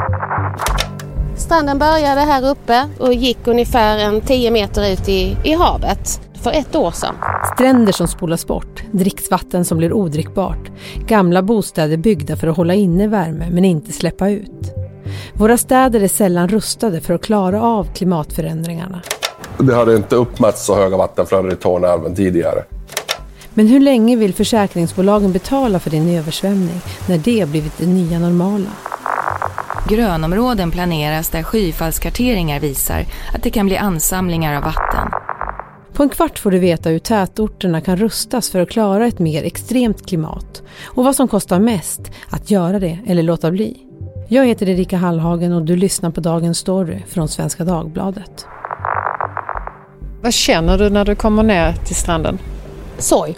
Stranden började här uppe och gick ungefär 10 meter ut i havet för 1 år sedan. Stränder som spolas bort, dricksvatten som blir odrickbart, gamla bostäder byggda för att hålla inne värme men inte släppa ut. Våra städer är sällan rustade för att klara av klimatförändringarna. Det hade inte uppmätts så höga vattenflöden i Torneälven tidigare. Men hur länge vill försäkringsbolagen betala för din översvämning när det blivit det nya normala? Grönområden planeras där skyfallskarteringar visar att det kan bli ansamlingar av vatten. På en kvart får du veta hur tätorterna kan rustas för att klara ett mer extremt klimat och vad som kostar mest att göra det eller låta bli. Jag heter Erika Hallhagen och du lyssnar på dagens story från Svenska Dagbladet. Vad känner du när du kommer ner till stranden? Sorg.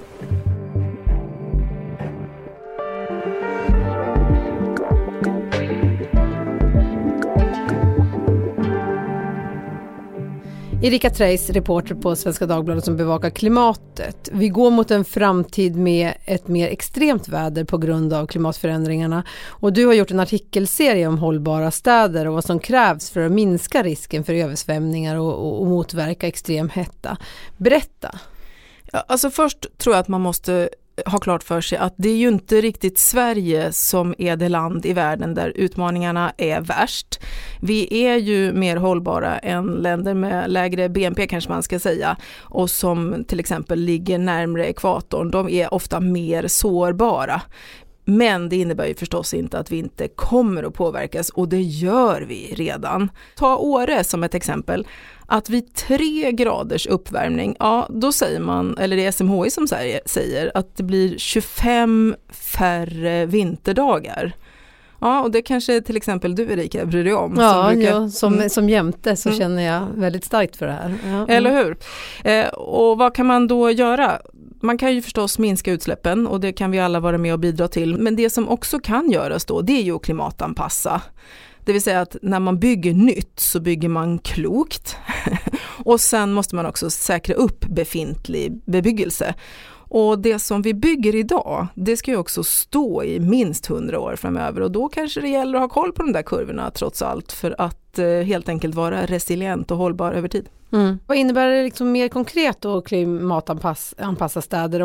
Erika Treijs, reporter på Svenska Dagbladet som bevakar klimatet. Vi går mot en framtid med ett mer extremt väder på grund av klimatförändringarna. Och du har gjort en artikelserie om hållbara städer och vad som krävs för att minska risken för översvämningar och motverka extrem hetta. Berätta. Ja, alltså först tror jag att man måste ha klart för sig att det är ju inte riktigt Sverige som är det land i världen där utmaningarna är värst. Vi är ju mer hållbara än länder med lägre BNP kanske man ska säga och som till exempel ligger närmare ekvatorn. De är ofta mer sårbara. Men det innebär ju förstås inte att vi inte kommer att påverkas och det gör vi redan. Ta Åre som ett exempel. Att vid 3 graders uppvärmning, ja då säger man, eller det är SMHI som säger att det blir 25 färre vinterdagar. Ja, och det kanske till exempel du Erika bryr dig om. Ja, som jämte så känner jag väldigt starkt för det här. Ja. Eller hur? Och vad kan man då göra? Man kan ju förstås minska utsläppen och det kan vi alla vara med och bidra till. Men det som också kan göras då, det är ju att klimatanpassa. Det vill säga att när man bygger nytt så bygger man klokt. Och sen måste man också säkra upp befintlig bebyggelse. Och det som vi bygger idag, det ska ju också stå i minst 100 år framöver. Och då kanske det gäller att ha koll på de där kurvorna trots allt för att helt enkelt vara resilient och hållbar över tid. Mm. Vad innebär det liksom mer konkret att klimatanpassa städer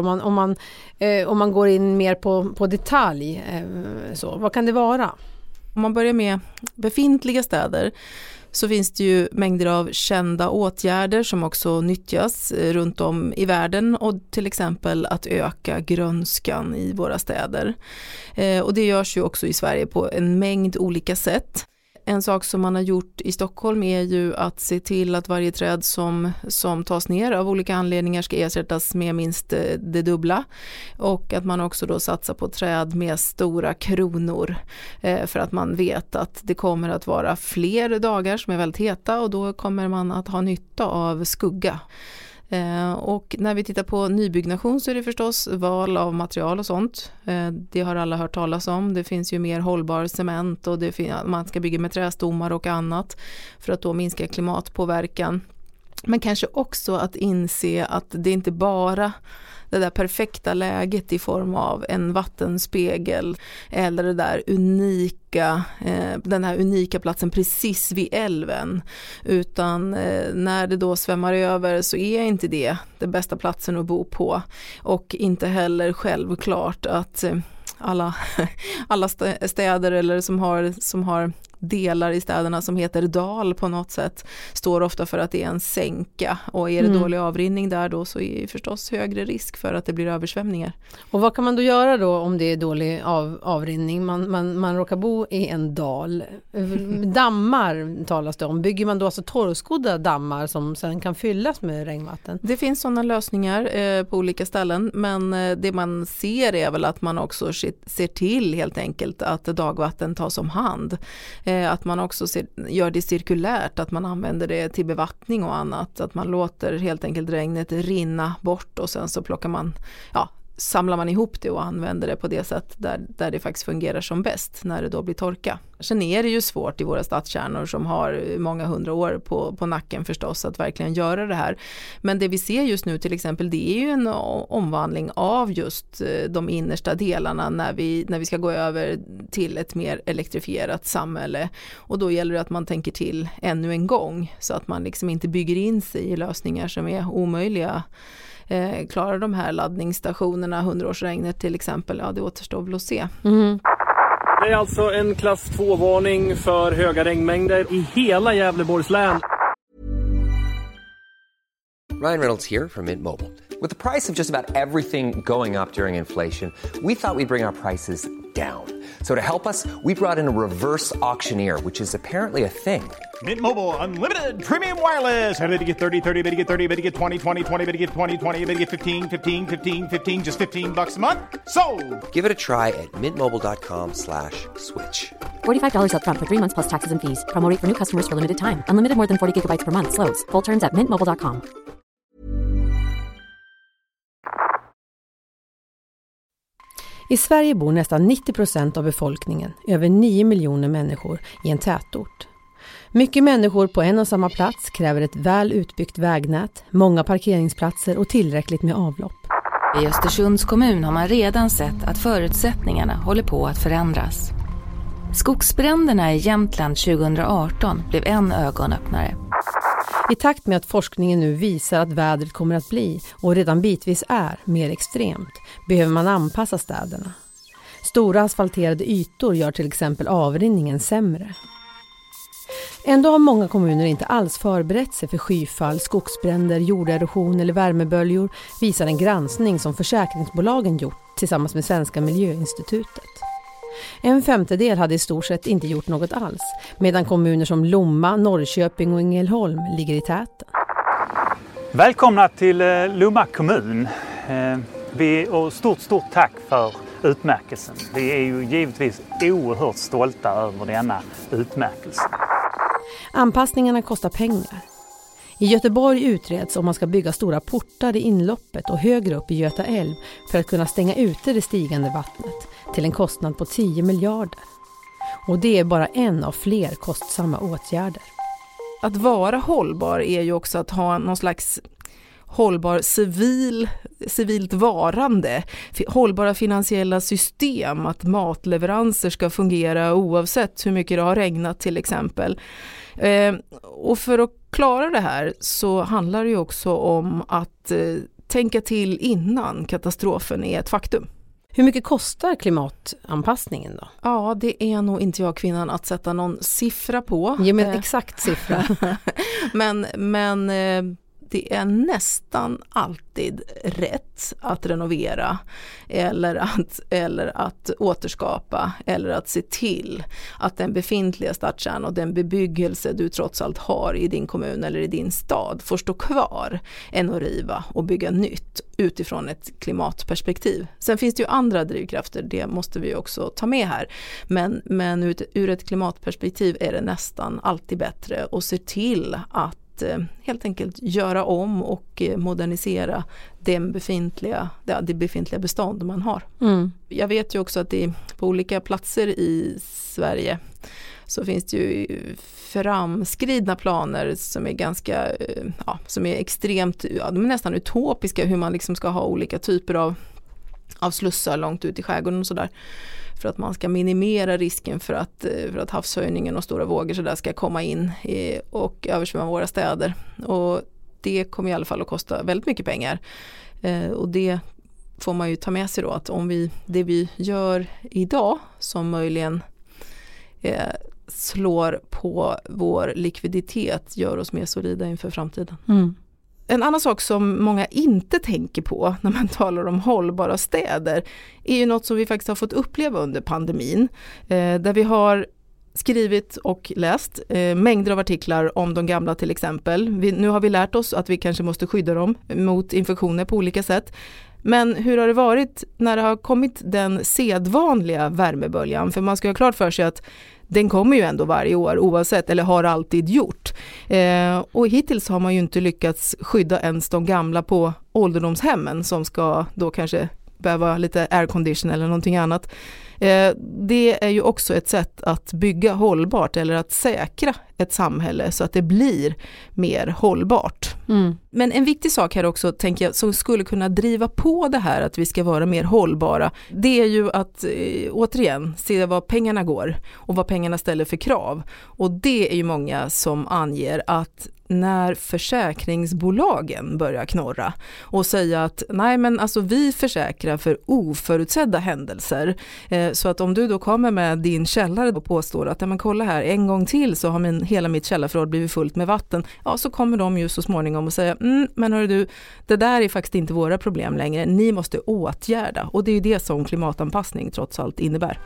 om man går in mer på detalj? Så, vad kan det vara? Om man börjar med befintliga städer så finns det ju mängder av kända åtgärder som också nyttjas runt om i världen och till exempel att öka grönskan i våra städer. Och det görs ju också i Sverige på en mängd olika sätt. En sak som man har gjort i Stockholm är ju att se till att varje träd som tas ner av olika anledningar ska ersättas med minst det dubbla. Och att man också då satsar på träd med stora kronor för att man vet att det kommer att vara fler dagar som är väldigt heta och då kommer man att ha nytta av skugga. Och när vi tittar på nybyggnation så är det förstås val av material och sånt. Det har alla hört talas om. Det finns ju mer hållbar cement och man ska bygga med trästommar och annat för att då minska klimatpåverkan. Men kanske också att inse att det inte bara det där perfekta läget i form av en vattenspegel eller det där den här unika platsen precis vid älven, utan när det då svämmar över så är inte det den bästa platsen att bo på och inte heller självklart att alla städer eller som har delar i städerna som heter dal på något sätt står ofta för att det är en sänka och är det dålig avrinning där då så är det förstås högre risk för att det blir översvämningar. Och vad kan man då göra då om det är dålig avrinning? Man råkar bo i en dal. Dammar talas det om. Bygger man då alltså torrskodda dammar som sen kan fyllas med regnvatten? Det finns sådana lösningar på olika ställen men det man ser är väl att man också ser till helt enkelt att dagvatten tas om hand. Att man också gör det cirkulärt, att man använder det till bevattning och annat. Att man låter helt enkelt regnet rinna bort och sen så samlar man ihop det och använder det på det sätt där det faktiskt fungerar som bäst när det då blir torka. Sen är det ju svårt i våra stadskärnor som har många 100 år på nacken förstås att verkligen göra det här. Men det vi ser just nu till exempel, det är ju en omvandling av just de innersta delarna när vi ska gå över till ett mer elektrifierat samhälle. Och då gäller det att man tänker till ännu en gång så att man liksom inte bygger in sig i lösningar som är omöjliga. Klarar de här laddningsstationerna 100-årsregnet till exempel? Ja, det återstår väl att se. Mm. Det är alltså en klass 2-varning för höga regnmängder i hela Gävleborgs län. Ryan Reynolds here from Mint Mobile. With the price of just about everything going up during inflation, we thought we'd bring our prices down. So to help us, we brought in a reverse auctioneer, which is apparently a thing. Mint Mobile Unlimited Premium Wireless. How to get 30, 30, bit to get 30, bit to get 20, 20, 20, bit to get 20, 20, bit to get 15, 15, 15, 15, just $15 a month? Sold! Give it a try at mintmobile.com/switch. $45 up front for 3 months plus taxes and fees. Promo rate for new customers for limited time. Unlimited more than 40 gigabytes per month. Slows full terms at mintmobile.com. I Sverige bor nästan 90% av befolkningen, över 9 miljoner människor, i en tätort. Mycket människor på en och samma plats kräver ett väl utbyggt vägnät, många parkeringsplatser och tillräckligt med avlopp. I Östersunds kommun har man redan sett att förutsättningarna håller på att förändras. Skogsbränderna i Jämtland 2018 blev en ögonöppnare. I takt med att forskningen nu visar att vädret kommer att bli, och redan bitvis är, mer extremt, behöver man anpassa städerna. Stora asfalterade ytor gör till exempel avrinningen sämre. Ändå har många kommuner inte alls förberett sig för skyfall, skogsbränder, jorderosion eller värmeböljor, visar en granskning som försäkringsbolagen gjort tillsammans med Svenska Miljöinstitutet. 1/5 hade i stort sett inte gjort något alls, medan kommuner som Lomma, Norrköping och Ängelholm ligger i täten. Välkomna till Lomma kommun. Och stort tack för utmärkelsen. Vi är ju givetvis oerhört stolta över denna utmärkelse. Anpassningarna kostar pengar. I Göteborg utreds om man ska bygga stora portar i inloppet och högre upp i Göta älv för att kunna stänga ute det stigande vattnet till en kostnad på 10 miljarder. Och det är bara en av fler kostsamma åtgärder. Att vara hållbar är ju också att ha någon slags hållbar civilt varande, hållbara finansiella system, att matleveranser ska fungera oavsett hur mycket det har regnat till exempel. Och för att klara det här så handlar det ju också om att tänka till innan katastrofen är ett faktum. Hur mycket kostar klimatanpassningen då? Ja, det är nog inte jag kvinnan att sätta någon siffra på. Ge mig en exakt siffra. men det är nästan alltid rätt att renovera eller att återskapa eller att se till att den befintliga stadskärnan och den bebyggelse du trots allt har i din kommun eller i din stad får stå kvar än att riva och bygga nytt utifrån ett klimatperspektiv. Sen finns det ju andra drivkrafter, det måste vi också ta med här. Men ur ett klimatperspektiv är det nästan alltid bättre att se till att helt enkelt göra om och modernisera det befintliga bestånd man har. Mm. Jag vet ju också att det på olika platser i Sverige så finns det ju framskridna planer som är ganska, som är extremt, de är nästan utopiska, hur man liksom ska ha olika typer av slussar långt ut i skärgården och sådär. För att man ska minimera risken för att havshöjningen och stora vågor så där ska komma in och översvämma våra städer. Och det kommer i alla fall att kosta väldigt mycket pengar. Och det får man ju ta med sig då, att om det vi gör idag som möjligen slår på vår likviditet gör oss mer solida inför framtiden. Mm. En annan sak som många inte tänker på när man talar om hållbara städer är ju något som vi faktiskt har fått uppleva under pandemin. Där vi har skrivit och läst mängder av artiklar om de gamla till exempel. Nu har vi lärt oss att vi kanske måste skydda dem mot infektioner på olika sätt. Men hur har det varit när det har kommit den sedvanliga värmeböljan? För man ska ha klart för sig att den kommer ju ändå varje år oavsett, eller har alltid gjort. Och hittills har man ju inte lyckats skydda ens de gamla på ålderdomshemmen som ska då kanske behöva lite aircondition eller någonting annat. Det är ju också ett sätt att bygga hållbart eller att säkra ett samhälle så att det blir mer hållbart. Men en viktig sak här också, tänker jag, som skulle kunna driva på det här att vi ska vara mer hållbara, det är ju att återigen se vad pengarna går och vad pengarna ställer för krav. Och det är ju många som anger att när försäkringsbolagen börjar knorra och säga att nej, men alltså vi försäkrar för oförutsedda händelser, så att om du då kommer med din källare och påstår att men kolla här, en gång till så har hela mitt källarförråd blivit fullt med vatten, ja, så kommer de ju så småningom och säga men hörru du, det där är faktiskt inte våra problem längre, ni måste åtgärda. Och det är ju det som klimatanpassning trots allt innebär.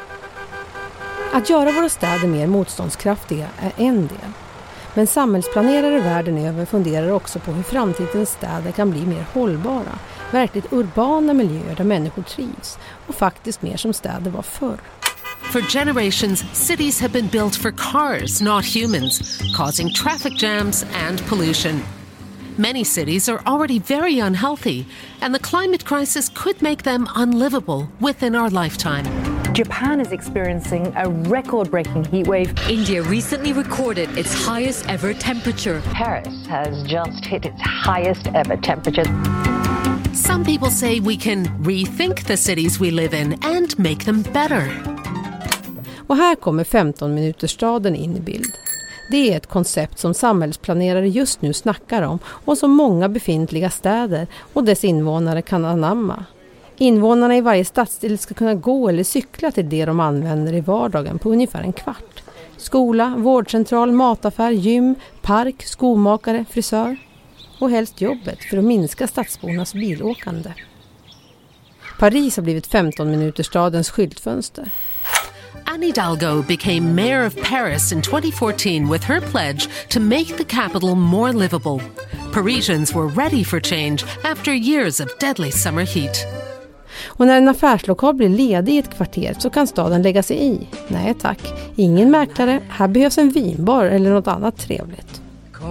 Att göra våra städer mer motståndskraftiga är en del. Men samhällsplanerare världen över funderar också på hur framtidens städer kan bli mer hållbara, verkligt urbana miljöer där människor trivs och faktiskt mer som städer var förr. For generations, cities have been built for cars, not humans, causing traffic jams and pollution. Many cities are already very unhealthy, and the climate crisis could make them unlivable within our lifetime. Japan is experiencing a record-breaking heat wave. India recently recorded its highest ever temperature. Paris has just hit its highest ever temperature. Some people say we can rethink the cities we live in and make them better. Och här kommer 15-minutersstaden in i bild. Det är ett koncept som samhällsplanerare just nu snackar om och som många befintliga städer och dess invånare kan anamma. Invånarna i varje stadsdel ska kunna gå eller cykla till det de använder i vardagen på ungefär en kvart. Skola, vårdcentral, mataffär, gym, park, skomakare, frisör och helst jobbet för att minska stadsbornas bilåkande. Paris har blivit 15-minutersstadens skyltfönster. Anne Hidalgo became mayor of Paris in 2014 with her pledge to make the capital more livable. Parisians were ready for change after years of deadly summer heat. Och när en affärslokal blir ledig i ett kvarter så kan staden lägga sig i. Nej tack, ingen mäklare. Här behövs en vinbar eller något annat trevligt.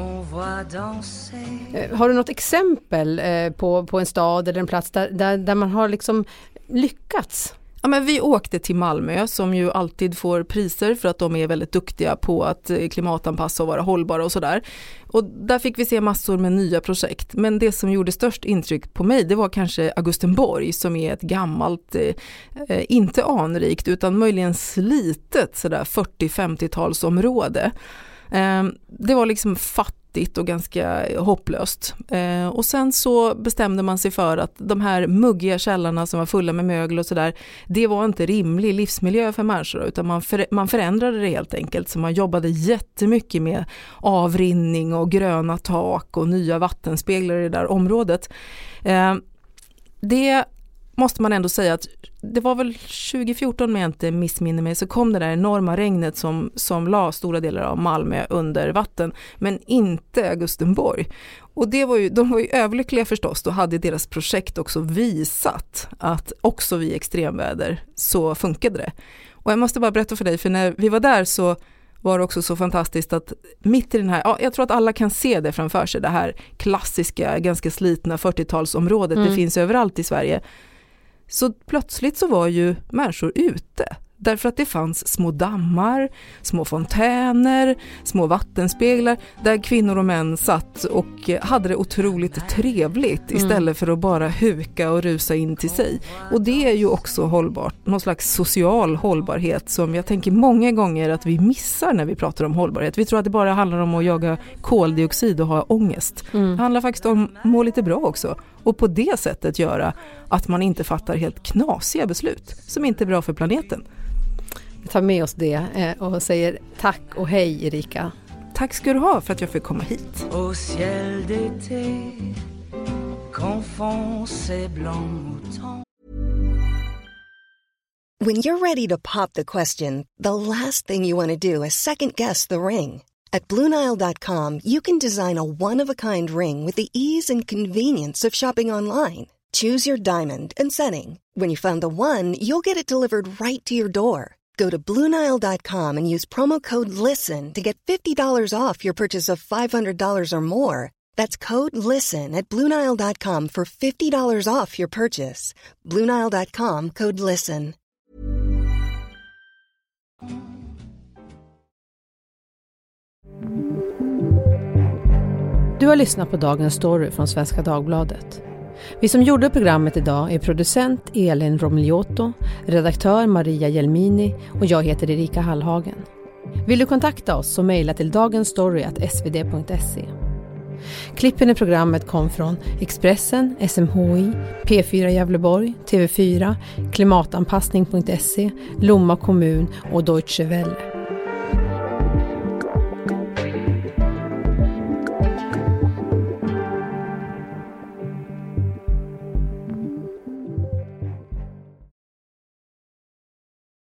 Har du något exempel på en stad eller en plats där man har liksom lyckats? Ja, men vi åkte till Malmö som ju alltid får priser för att de är väldigt duktiga på att klimatanpassa och vara hållbara och sådär. Och där fick vi se massor med nya projekt. Men det som gjorde störst intryck på mig, det var kanske Augustenborg som är ett gammalt, inte anrikt utan möjligen slitet sådär 40-50-talsområde. Det var liksom fattigt och ganska hopplöst. Och sen så bestämde man sig för att de här muggiga källarna som var fulla med mögel och sådär, det var inte rimlig livsmiljö för människor, utan man förändrade det helt enkelt. Så man jobbade jättemycket med avrinning och gröna tak och nya vattenspeglar i det där området. Det måste man ändå säga att det var väl 2014, om jag inte missminner mig, så kom det där enorma regnet som la stora delar av Malmö under vatten, men inte Augustenborg. Och de var ju överlyckliga förstås, då hade deras projekt också visat att också vid extremväder så funkade det. Och jag måste bara berätta för dig, för när vi var där så var det också så fantastiskt att mitt i den här, jag tror att alla kan se det framför sig, det här klassiska, ganska slitna 40-talsområdet, det finns överallt i Sverige. Så plötsligt så var ju människor ute. Därför att det fanns små dammar, små fontäner, små vattenspeglar där kvinnor och män satt och hade det otroligt trevligt istället för att bara huka och rusa in till sig. Och det är ju också hållbart, någon slags social hållbarhet som jag tänker många gånger att vi missar när vi pratar om hållbarhet. Vi tror att det bara handlar om att jaga koldioxid och ha ångest. Det handlar faktiskt om att må lite bra också. Och på det sättet göra att man inte fattar helt knasiga beslut som inte är bra för planeten. Vi tar med oss det och säger tack och hej Erika. Tack ska du ha för att jag fick komma hit. Au ciel d'été, confond ses blancs moutons. When you're ready to pop the question, the last thing you want to do is second guess the ring. At BlueNile.com, you can design a one-of-a-kind ring with the ease and convenience of shopping online. Choose your diamond and setting. When you find the one, you'll get it delivered right to your door. Go to BlueNile.com and use promo code LISTEN to get $50 off your purchase of $500 or more. That's code LISTEN at BlueNile.com for $50 off your purchase. BlueNile.com, code LISTEN. Du har lyssnat på dagens story från Svenska Dagbladet. Vi som gjorde programmet idag är producent Elin Romigliotto, redaktör Maria Jelmini och jag heter Erika Hallhagen. Vill du kontakta oss så mejla till dagensstory@svd.se. Klippen i programmet kom från Expressen, SMHI, P4 Gävleborg, TV4, klimatanpassning.se, Lomma kommun och Deutsche Welle.